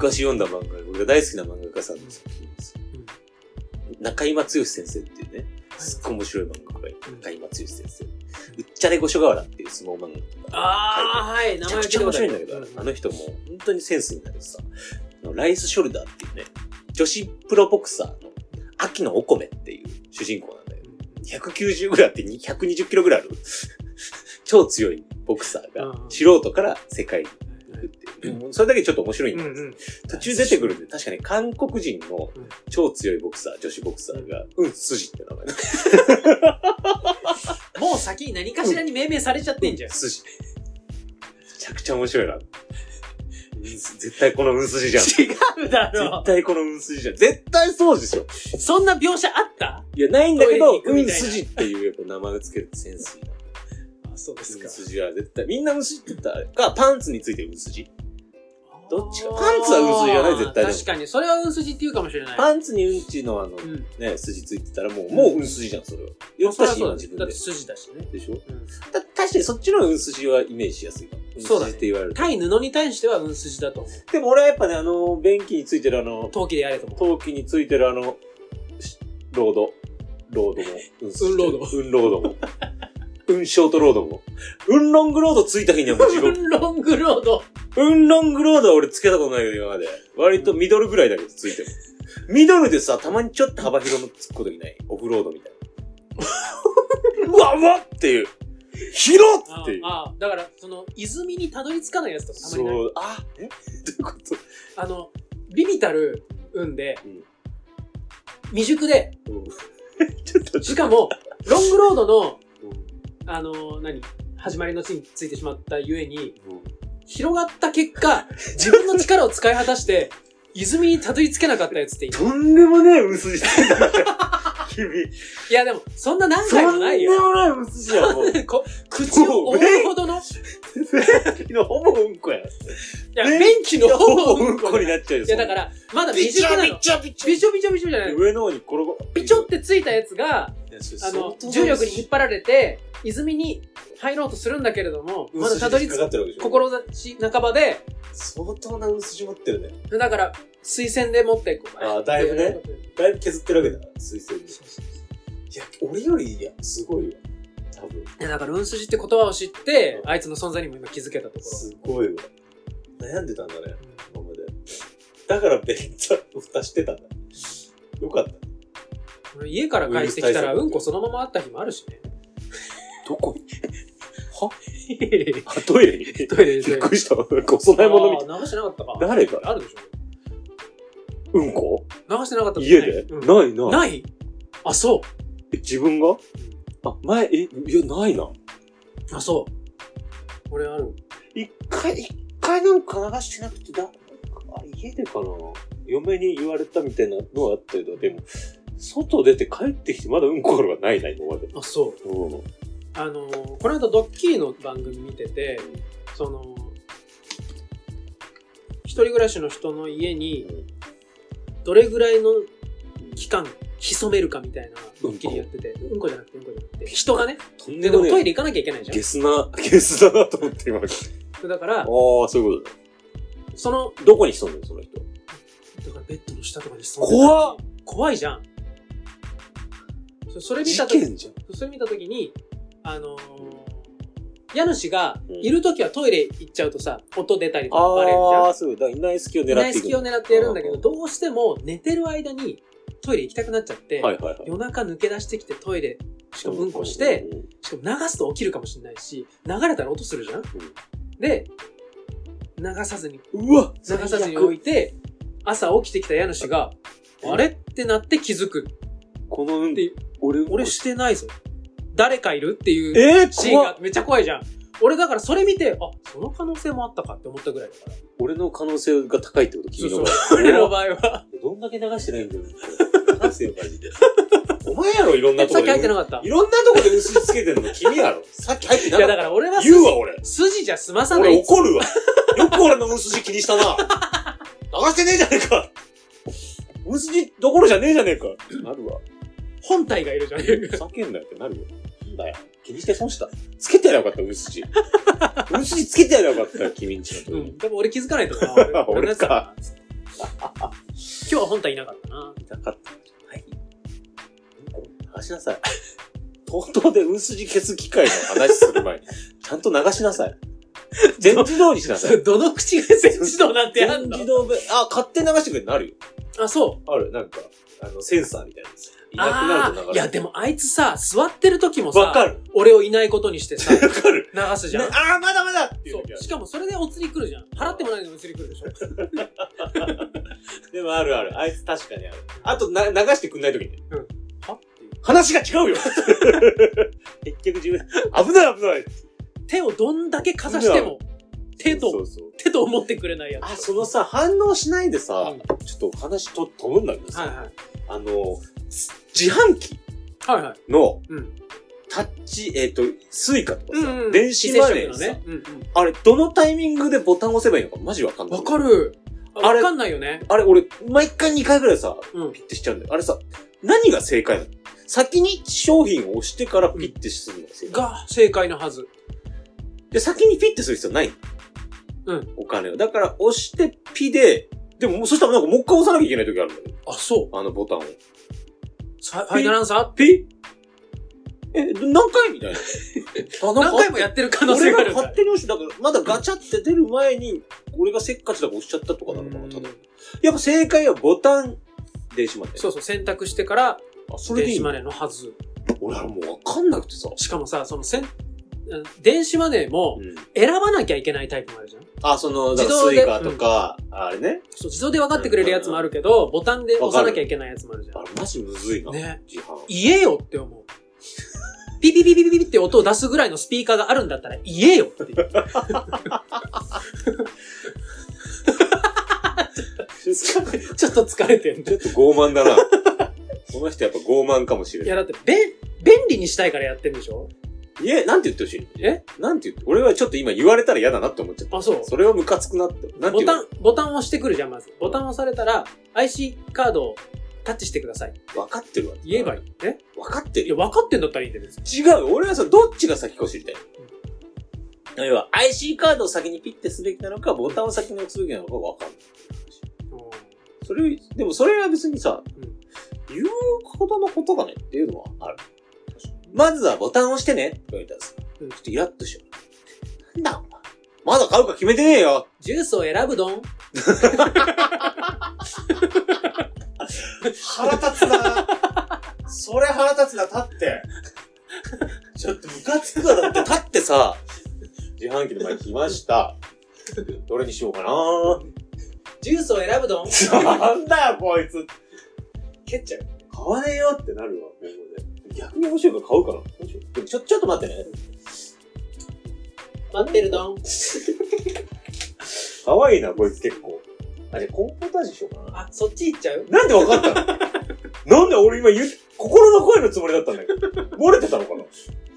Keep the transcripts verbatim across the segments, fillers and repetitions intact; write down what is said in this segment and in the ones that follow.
昔読んだ漫画、俺が大好きな漫画家さんですよ。うん、中井松義先生っていうね、すっごい面白い漫画家がいる。中井松義先生。うっちゃれ五所川原っていう相撲漫画とか。 ああ、はい、 めちゃくちゃ面白いんだけど、あの人も本当にセンスになるさ、ライスショルダーっていうね、女子プロボクサーの秋のお米っていう主人公なんだよ。ひゃくきゅうじゅうぐらいあってひゃくにじゅっキロぐらいある超強いボクサーが素人から世界に行くっていう。それだけちょっと面白いんだけど、途中出てくるんで、確かに韓国人の超強いボクサー、女子ボクサーが、うん、筋って名前だ。 もう先に何かしらに命名されちゃってんじゃん。 筋。めちゃくちゃ面白いな。絶対このうん筋じゃん。 違うだろ。 絶対このうん筋じゃん。絶対そうでしょ。 そんな描写あった？ いや、ないんだけど、うん筋っていうやっぱ名前をつけるとセンスいいな。 あ、そうですか。 うん筋は絶対。みんなうん筋って言ったら、か、パンツについてるうん筋。どっちか。パンツはうん筋じゃない絶対。 確かに。それはうん筋って言うかもしれない。 パンツにうんちのあの、うん、ね、筋ついてたらもう、もううん筋じゃん、それは。言ったし、今自分で。 だって筋だしね。 でしょ、うん、だ確かにそっちのうん筋はイメージしやすいかも。 そうだね。 って言われる。 対布に対してはうん筋だと思う。 でも俺はやっぱね、あの、便器についてるあの、 陶器でやれと思う。 陶器についてるあの、ロード。ロードも。 うん、うんロード。 うんロードも。うんショートロードも。うんロングロードついた日にはもう地獄。 うんロングロード。 うんロングロードは俺つけたことないよ、今まで。割とミドルぐらいだけど、ついても。ミドルでさ、たまにちょっと幅広のつくこときない。オフロードみたいな。うわうわっていう。広っっていう。 ああ、だから、その、泉にたどり着かないやつとかたまにない。 そう、あ、えどういうことあの、ビビタル運で、うん、未熟で、うん、ちょっとしかも、ロングロードの、うん、あの、何始まりの地についてしまったゆえに、うん、広がった結果、自分の力を使い果たして、泉にたどり着けなかったやつっていいとんでもねえ薄いしてんだ君。 いやでも、そんな何回もないよ。 とんでもない薄じゃん、もう。 口を覆うほどの。 便器のほぼうんこや。いや、便器のほぼうんこになっちゃうよ。 いやだから、まだ未熟なの。 ビチョビチョビチョビチョビチョじゃない。 上の方に転が、 ビチョってついたやつが、あの、重力に引っ張られて、泉に入ろうとするんだけれども、まだたどり着く、志半ばで、 相当な薄字持ってるね。 だから、水栓で持ってこう。 ああ、だいぶね。だいぶ削ってるわけだ。水栓で。いや、俺より、いや、すごいわ。多分。いや、だから、うん筋って言葉を知って、あいつの存在にも今気づけたところ。 すごいわ。悩んでたんだね。今まで。だから、ベッタの蓋してたんだ。よかった。 俺、家から帰ってきたら、うんこそのままあった日もあるしね。 どこにはあ、トイレにトイレに。 びっくりした。お供え物みたいな。流してなかったか。 誰があるでしょ。 うんこ流してなかった家で、うん、ないな。 ないあ、そう。 え、自分が、うん、あ、前、え、いや、ないな。 あ、そう。俺ある。 一回、一回なんか流してなくてだ、あ、家でかな。嫁に言われたみたいなのはあったけど、でも、外出て帰ってきてまだうんこあるがないな、今まで。 あ、そう。うん。あのー、この間ドッキリの番組見てて、その、一人暮らしの人の家に、どれぐらいの期間潜めるかみたいなドッキリやってて、うんこじゃなくてうんこじゃなくて、人がね、 とんでもトイレ行かなきゃいけないじゃん。 ゲスな、ゲスだなと思って今。 だから、ああ、 そういうことだ。 その、 どこに潜んでるその人。 だからベッドの下とかに潜んでる。 怖っ怖いじゃん。そ, それ見たとき、それ見たときに、あのー、家主がいるときはトイレ行っちゃうとさ、音出たりとかバレるじゃん。ああ、 そう。だいない隙を狙っていく。 いない隙を狙ってやるんだけど、どうしても寝てる間にトイレ行きたくなっちゃって、はいはいはい、夜中抜け出してきてトイレ、しかもうんこして、しかも流すと起きるかもしれないし、流れたら音するじゃん、うん、で、流さずに、 うわ流さずに置いて、朝起きてきた家主が、あれってなって気づく。 このうんで、俺、俺してないぞ。誰かいるっていうえー、 シーンがめっちゃ怖いじゃん。俺だからそれ見て、あ、その可能性もあったかって思ったぐらいだから。 俺の可能性が高いってこと君の場合。 そうそう俺の場合は。 どんだけ流してないんだよ。流せよ、マジで。お前やろ、いろんなとこで。 さっき入ってなかった。 いろんなとこで薄つけてんの君やろ。さっき入ってなかった。 いやだから俺は言うわ、俺。 筋じゃ済まさない。 俺怒るわ。よく俺の薄筋気にしたな。流してねえじゃねえか。薄筋どころじゃねえじゃねえか。なるわ。 本体がいるじゃねえか。 叫んだよってなるよ。だよ。気にして損した。つけてやればよかった、薄筋。薄筋つけてやればよかった、君んちの。 うん。でも俺気づかないと思う。 俺か。 今日は本体いなかったな。 いなかった。はい。流しなさい。とうとうでうんすじ消す機械の話する前に、ちゃんと流しなさい。全自動にしなさい。 どの口が全自動なんてやんの？ 全自動で、あ、勝手に流してくれるのあるよ。 あ、そう。 ある、なんか、あの、センサーみたいなやつ。いなくなると流れる。 いや、でもあいつさ、座ってる時もさ、 わかる。 俺をいないことにしてさ、 わかる。 流すじゃん。 ああ、まだまだっていう時ある。 そう。しかもそれでお釣り来るじゃん。払ってもないのにお釣り来るでしょ。 でもあるある。あいつ確かにある。あとな、流してくんない時に。 うん。はっていう。 話が違うよ結局自分、危ない危ない。 手をどんだけかざしても、手と、 そうそう手と思ってくれないやつ。 あ、そのさ、反応しないでさ、うん、ちょっと話と飛ぶんだけどさ、 はいはい、 あの、自販機の、タッチ、えっ、ー、と、スイカとかさ、うんうん、電子マネーのね、うんうん、あれ、どのタイミングでボタン押せばいいのかマジわかんない。 わかる。あれわかんないよね。 あれ、俺、毎回にかいぐらいさ、うん、ピッてしちゃうんだよ。あれさ、何が正解なの？先に商品を押してからピッてするのが正解。 が正解のはず。 で、先にピッてする必要ない。 うん。 お金を。だから、押してピで、でも、そしたらなんかもう一回押さなきゃいけない時あるんだよ。 あ、そう。 あのボタンを。ファイナルアンサーピえ、何回みたいな。 あ、なんか何回もやってる可能性がある。 俺が勝手に押して、だから、まだガチャって出る前に、俺がせっかちだから押しちゃったとかなのかな、ただ。やっぱ正解はボタン、電子マネー。 そうそう、選択してから、あ、それで電子マネーのはず。 俺はもうわかんなくてさ。 しかもさ、そのせん、電子マネーも選ばなきゃいけないタイプもあるじゃん。 あ、その、自動で。スイカとか、うん、あれね。 そう、自動で分かってくれるやつもあるけど、ボタンで押さなきゃいけないやつもあるじゃん。 あれ、マジむずいな。 ね。言えよって思う。ピピピピピピって音を出すぐらいのスピーカーがあるんだったら言えよっていう。ちょっと疲れてる。 ちょっと傲慢だな。この人やっぱ傲慢かもしれない。 いやだって、べ、便利にしたいからやってんでしょ？ いえ、なんて言ってほしい？ え？ なんて言って、俺はちょっと今言われたら嫌だなって思っちゃった。 あ、そう。 それはムカつくなって。なんてボタン、ボタンを押してくるじゃん、まず。ボタンを押されたら、アイシー カードをタッチしてください。 分かってるわ。 言えばいい。え？ 分かってる。 いや、分かってんだったらいいんだよ、別に。違う。俺はさ、どっちが先か知りたい。うん、要は、アイシー カードを先にピッてすべきなのか、ボタンを先に押すべきなのか分かんない。それ、でもそれは別にさ、うん、言うほどのことがねっていうのはある。まずはボタンを押してねって言われたらさ、うん、ちょっとイラッとしよう。なんだお前。まだ買うか決めてねえよ。 ジュースを選ぶどん腹立つな。それ腹立つな、立って。ちょっとムカつくわ、だって立ってさ、自販機の前来ました。どれにしようかな。 ジュースを選ぶどんなんだよ、こいつ。蹴っちゃう。買わねえよってなるわ、今後で。逆に面白いから買うかな。でもちょ、ちょっと待ってね。 待ってるどん。 かわいいな、こいつ結構。あ、じゃあコーンポタージュしようかな。 あ、そっち行っちゃう？ なんでわかったのなんで俺今言う、心の声のつもりだったんだけど。漏れてたのかな。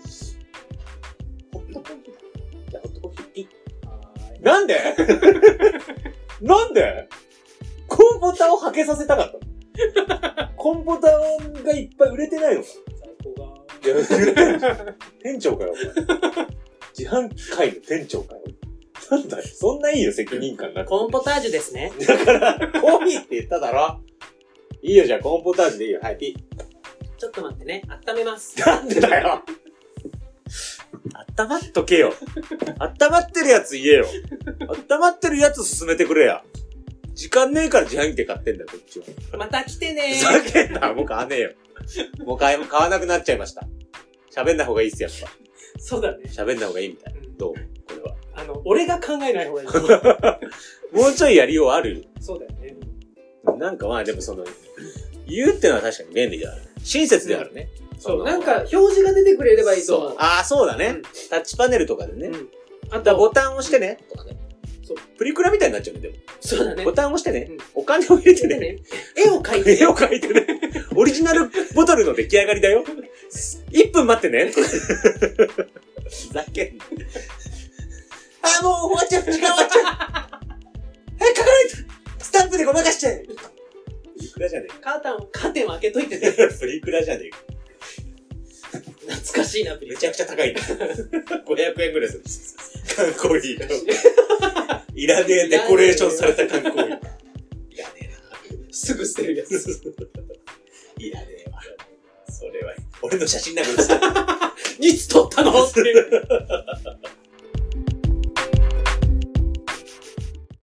ホットコーヒーだ。じゃあホットコーヒーピッ。なんでなんでコンポタをはけさせたかったのコンポタがいっぱい売れてないのか最高が。店長かよ、お前。自販機界の店長かよ。なんだよ、そんないいよ、責任感なくて。 コーンポタージュですね。 だから、コーヒーって言っただろ。いいよ、じゃあコーンポタージュでいいよ。はい、ピッ。 ちょっと待ってね、温めます。 なんでだよ。温まっとけよ。温まってるやつ言えよ。温まってるやつ進めてくれや。時間ねえから自販機で買ってんだよ、こっちは。 また来てねー。ふざけんな、もう買わねえよ。もう買え、買わなくなっちゃいました。喋んない方がいいっす、やっぱ。 そうだね。 喋んない方がいいみたい。うん、どうこれは。 あの、俺が考えない方がいい。 もうちょいやりようある。 そうだよね。 なんかまあでもその、言うってのは確かに便利である。親切であるね。 うん、そう、なんか表示が出てくれればいいと思う。 ああ、そうだね、うん。タッチパネルとかでね。うん、あとはボタンを押してね。とかね。そう。プリクラみたいになっちゃうね、でも。 そうだね。 ボタンを押してね。うん、お金を入れてね。ね絵を描いてね。 絵を描いてね。オリジナルボトルの出来上がりだよ。いっぷん待ってね。ふざけんな。あ、もう終わっちゃう。時間終わっちゃう。早く書かないと。スタンプでごまかしちゃえ。プリクラじゃねえか。カータンを、カーテンを開けといてね。 プリクラじゃねえか。 懐かしいな、プリクラ。 めちゃくちゃ高いんだ。ごひゃくえんぐらいする。缶コーヒーと。いらねえデコレーションされた缶コーヒー。いらねてるやつ。 いらねえわ。それは、俺の写真なんか写ってる。 いつ撮ったのっていう。